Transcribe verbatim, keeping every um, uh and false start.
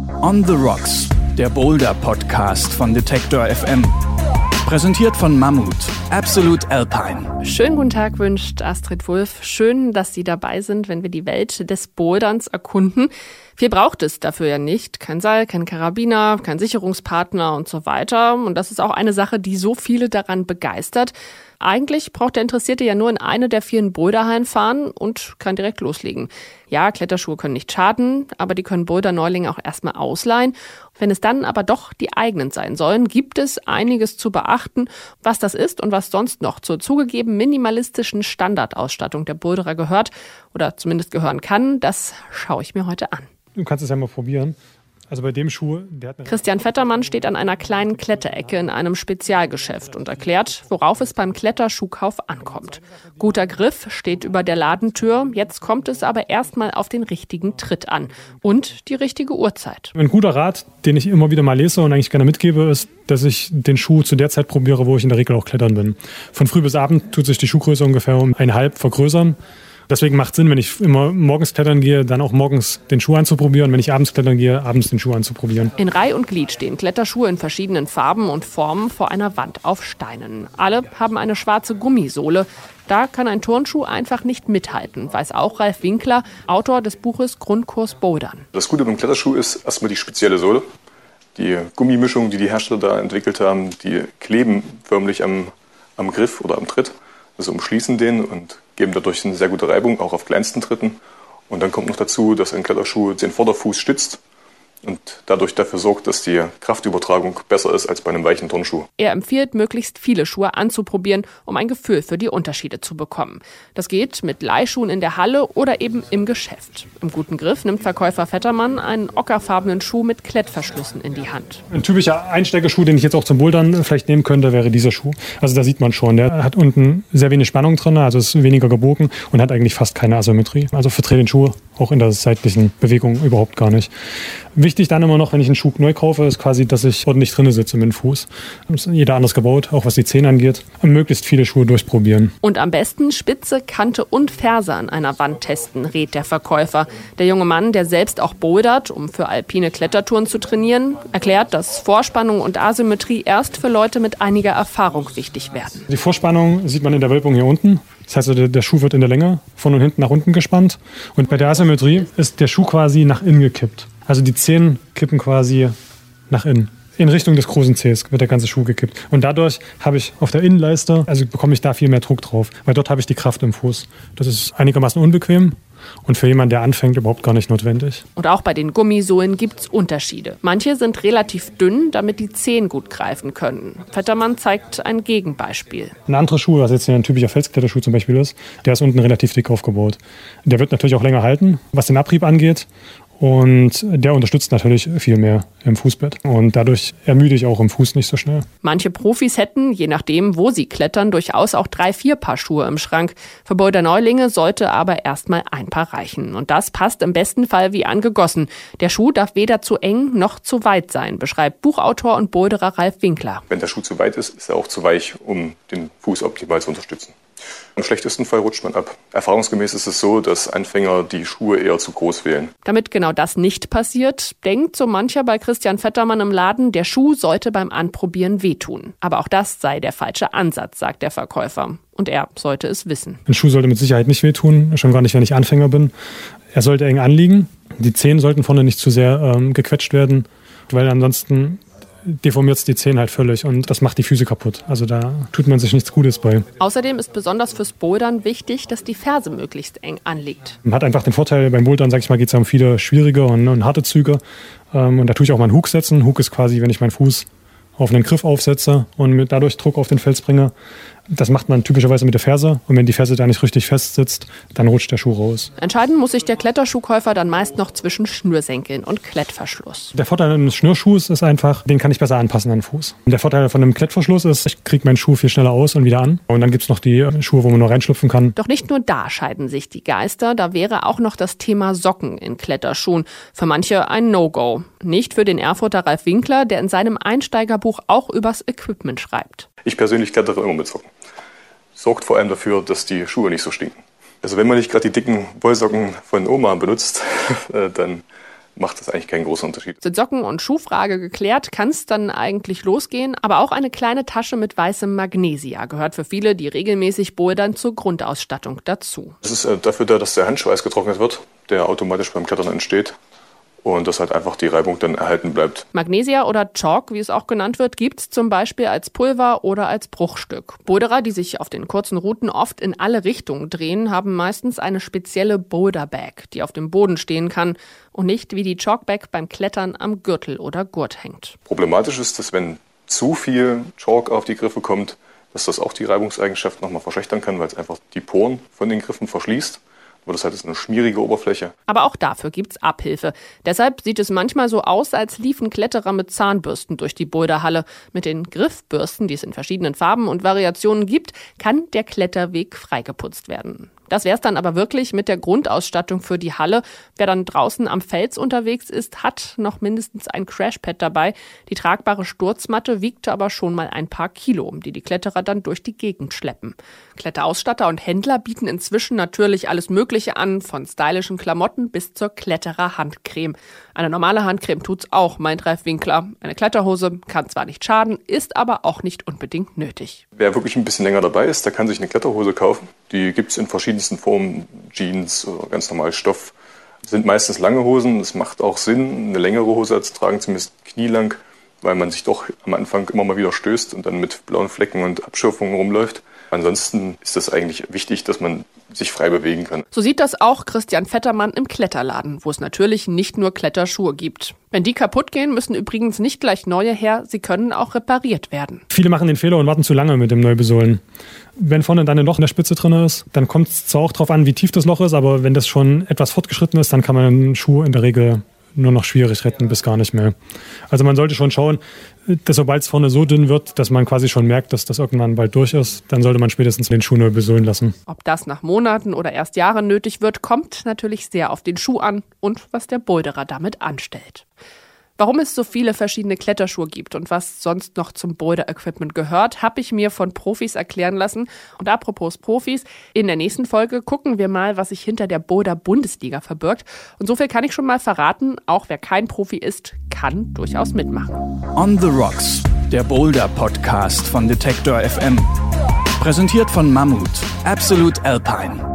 On the Rocks, der Boulder-Podcast von Detektor F M. Präsentiert von Mammut, Absolute Alpine. Schönen guten Tag wünscht Astrid Wulff. Schön, dass Sie dabei sind, wenn wir die Welt des Boulderns erkunden. Viel braucht es dafür ja nicht. Kein Seil, kein Karabiner, kein Sicherungspartner und so weiter. Und das ist auch eine Sache, die so viele daran begeistert. Eigentlich braucht der Interessierte ja nur in eine der vielen Boulderhallen fahren und kann direkt loslegen. Ja, Kletterschuhe können nicht schaden, aber die können Boulder-Neulinge auch erstmal ausleihen. Wenn es dann aber doch die eigenen sein sollen, gibt es einiges zu beachten, was das ist und was sonst noch zur zugegeben minimalistischen Standardausstattung der Boulderer gehört oder zumindest gehören kann. Das schaue ich mir heute an. Du kannst es ja mal probieren. Also bei dem Schuh, der hat eine Christian Vettermann steht an einer kleinen Kletterecke in einem Spezialgeschäft und erklärt, worauf es beim Kletterschuhkauf ankommt. Guter Griff steht über der Ladentür, jetzt kommt es aber erstmal auf den richtigen Tritt an und die richtige Uhrzeit. Ein guter Rat, den ich immer wieder mal lese und eigentlich gerne mitgebe, ist, dass ich den Schuh zu der Zeit probiere, wo ich in der Regel auch klettern bin. Von früh bis abend tut sich die Schuhgröße ungefähr um eineinhalb vergrößern. Deswegen macht es Sinn, wenn ich immer morgens klettern gehe, dann auch morgens den Schuh anzuprobieren. Wenn ich abends klettern gehe, abends den Schuh anzuprobieren. In Reih und Glied stehen Kletterschuhe in verschiedenen Farben und Formen vor einer Wand auf Steinen. Alle haben eine schwarze Gummisohle. Da kann ein Turnschuh einfach nicht mithalten, weiß auch Ralf Winkler, Autor des Buches Grundkurs Bouldern. Das Gute beim Kletterschuh ist erstmal die spezielle Sohle. Die Gummimischung, die die Hersteller da entwickelt haben, die kleben förmlich am, am Griff oder am Tritt. Also umschließen den und geben dadurch eine sehr gute Reibung, auch auf kleinsten Tritten. Und dann kommt noch dazu, dass ein Kletterschuh den Vorderfuß stützt und dadurch dafür sorgt, dass die Kraftübertragung besser ist als bei einem weichen Turnschuh. Er empfiehlt, möglichst viele Schuhe anzuprobieren, um ein Gefühl für die Unterschiede zu bekommen. Das geht mit Leihschuhen in der Halle oder eben im Geschäft. Im guten Griff nimmt Verkäufer Vettermann einen ockerfarbenen Schuh mit Klettverschlüssen in die Hand. Ein typischer Einsteigerschuh, den ich jetzt auch zum Bouldern vielleicht nehmen könnte, wäre dieser Schuh. Also da sieht man schon, der hat unten sehr wenig Spannung drin, also ist weniger gebogen und hat eigentlich fast keine Asymmetrie. Also verdreht den Schuh auch in der seitlichen Bewegung überhaupt gar nicht. Wichtig dann immer noch, wenn ich einen Schuh neu kaufe, ist quasi, dass ich ordentlich drin sitze mit dem Fuß. Das ist jeder anders gebaut, auch was die Zehen angeht. Und möglichst viele Schuhe durchprobieren. Und am besten Spitze, Kante und Ferse an einer Wand testen, rät der Verkäufer. Der junge Mann, der selbst auch bouldert, um für alpine Klettertouren zu trainieren, erklärt, dass Vorspannung und Asymmetrie erst für Leute mit einiger Erfahrung wichtig werden. Die Vorspannung sieht man in der Wölbung hier unten. Das heißt, der, der Schuh wird in der Länge von und hinten nach unten gespannt. Und bei der Asymmetrie ist der Schuh quasi nach innen gekippt. Also die Zehen kippen quasi nach innen. In Richtung des großen Zehs wird der ganze Schuh gekippt. Und dadurch habe ich auf der Innenleiste, also bekomme ich da viel mehr Druck drauf. Weil dort habe ich die Kraft im Fuß. Das ist einigermaßen unbequem. Und für jemanden, der anfängt, überhaupt gar nicht notwendig. Und auch bei den Gummisohlen gibt's Unterschiede. Manche sind relativ dünn, damit die Zehen gut greifen können. Vettermann zeigt ein Gegenbeispiel. Ein anderer Schuh, was jetzt ein typischer Felskletterschuh zum Beispiel ist, der ist unten relativ dick aufgebaut. Der wird natürlich auch länger halten, was den Abrieb angeht. Und der unterstützt natürlich viel mehr im Fußbett. Und dadurch ermüde ich auch im Fuß nicht so schnell. Manche Profis hätten, je nachdem, wo sie klettern, durchaus auch drei, vier Paar Schuhe im Schrank. Für Boulder-Neulinge sollte aber erstmal ein Paar reichen. Und das passt im besten Fall wie angegossen. Der Schuh darf weder zu eng noch zu weit sein, beschreibt Buchautor und Boulderer Ralf Winkler. Wenn der Schuh zu weit ist, ist er auch zu weich, um den Fuß optimal zu unterstützen. Im schlechtesten Fall rutscht man ab. Erfahrungsgemäß ist es so, dass Anfänger die Schuhe eher zu groß wählen. Damit genau das nicht passiert, denkt so mancher bei Christian Vettermann im Laden, der Schuh sollte beim Anprobieren wehtun. Aber auch das sei der falsche Ansatz, sagt der Verkäufer. Und er sollte es wissen. Ein Schuh sollte mit Sicherheit nicht wehtun, schon gar nicht, wenn ich Anfänger bin. Er sollte eng anliegen. Die Zehen sollten vorne nicht zu sehr ähm, gequetscht werden, weil ansonsten deformiert es die Zehen halt völlig und das macht die Füße kaputt. Also da tut man sich nichts Gutes bei. Außerdem ist besonders fürs Bouldern wichtig, dass die Ferse möglichst eng anliegt. Man hat einfach den Vorteil, beim Bouldern, sag ich mal, geht es um viele schwierige und, und harte Züge. Ähm, und da tue ich auch mal einen Hook setzen. Hook ist quasi, wenn ich meinen Fuß auf einen Griff aufsetze und mit dadurch Druck auf den Fels bringe. Das macht man typischerweise mit der Ferse. Und wenn die Ferse da nicht richtig fest sitzt, dann rutscht der Schuh raus. Entscheiden muss sich der Kletterschuhkäufer dann meist noch zwischen Schnürsenkeln und Klettverschluss. Der Vorteil eines Schnürschuhs ist einfach, den kann ich besser anpassen an den Fuß. Und der Vorteil von einem Klettverschluss ist, ich kriege meinen Schuh viel schneller aus und wieder an. Und dann gibt es noch die Schuhe, wo man nur reinschlüpfen kann. Doch nicht nur da scheiden sich die Geister. Da wäre auch noch das Thema Socken in Kletterschuhen. Für manche ein No-Go. Nicht für den Erfurter Ralf Winkler, der in seinem Einsteigerbuch auch übers Equipment schreibt. Ich persönlich klettere immer mit Socken. Sorgt vor allem dafür, dass die Schuhe nicht so stinken. Also wenn man nicht gerade die dicken Wollsocken von Oma benutzt, dann macht das eigentlich keinen großen Unterschied. Sind Socken- und Schuhfrage geklärt, kann es dann eigentlich losgehen. Aber auch eine kleine Tasche mit weißem Magnesia gehört für viele, die regelmäßig bouldern, zur Grundausstattung dazu. Es ist dafür da, dass der Handschweiß getrocknet wird, der automatisch beim Klettern entsteht. Und dass halt einfach die Reibung dann erhalten bleibt. Magnesia oder Chalk, wie es auch genannt wird, gibt's zum Beispiel als Pulver oder als Bruchstück. Boulderer, die sich auf den kurzen Routen oft in alle Richtungen drehen, haben meistens eine spezielle Boulder-Bag, die auf dem Boden stehen kann und nicht wie die Chalk-Bag beim Klettern am Gürtel oder Gurt hängt. Problematisch ist, dass wenn zu viel Chalk auf die Griffe kommt, dass das auch die Reibungseigenschaft nochmal verschlechtern kann, weil es einfach die Poren von den Griffen verschließt. Aber das ist eine schmierige Oberfläche. Aber auch dafür gibt's Abhilfe. Deshalb sieht es manchmal so aus, als liefen Kletterer mit Zahnbürsten durch die Boulderhalle. Mit den Griffbürsten, die es in verschiedenen Farben und Variationen gibt, kann der Kletterweg freigeputzt werden. Das wär's dann aber wirklich mit der Grundausstattung für die Halle. Wer dann draußen am Fels unterwegs ist, hat noch mindestens ein Crashpad dabei. Die tragbare Sturzmatte wiegte aber schon mal ein paar Kilo, die die Kletterer dann durch die Gegend schleppen. Kletterausstatter und Händler bieten inzwischen natürlich alles Mögliche an, von stylischen Klamotten bis zur Kletterer-Handcreme. Eine normale Handcreme tut's auch, meint Ralf Winkler. Eine Kletterhose kann zwar nicht schaden, ist aber auch nicht unbedingt nötig. Wer wirklich ein bisschen länger dabei ist, der kann sich eine Kletterhose kaufen. Die gibt's in verschiedensten Formen, Jeans oder ganz normal Stoff. Das sind meistens lange Hosen. Es macht auch Sinn, eine längere Hose zu tragen, zumindest knielang, weil man sich doch am Anfang immer mal wieder stößt und dann mit blauen Flecken und Abschürfungen rumläuft. Ansonsten ist es eigentlich wichtig, dass man sich frei bewegen kann. So sieht das auch Christian Vettermann im Kletterladen, wo es natürlich nicht nur Kletterschuhe gibt. Wenn die kaputt gehen, müssen übrigens nicht gleich neue her, sie können auch repariert werden. Viele machen den Fehler und warten zu lange mit dem Neubesohlen. Wenn vorne dann ein Loch in der Spitze drin ist, dann kommt es zwar auch darauf an, wie tief das Loch ist, aber wenn das schon etwas fortgeschritten ist, dann kann man einen Schuh in der Regel nur noch schwierig retten, bis gar nicht mehr. Also man sollte schon schauen, dass sobald es vorne so dünn wird, dass man quasi schon merkt, dass das irgendwann bald durch ist, dann sollte man spätestens den Schuh neu besohlen lassen. Ob das nach Monaten oder erst Jahren nötig wird, kommt natürlich sehr auf den Schuh an und was der Boulderer damit anstellt. Warum es so viele verschiedene Kletterschuhe gibt und was sonst noch zum Boulder-Equipment gehört, habe ich mir von Profis erklären lassen. Und apropos Profis, in der nächsten Folge gucken wir mal, was sich hinter der Boulder-Bundesliga verbirgt. Und so viel kann ich schon mal verraten, auch wer kein Profi ist, kann durchaus mitmachen. On the Rocks, der Boulder-Podcast von Detektor F M. Präsentiert von Mammut, Absolute Alpine.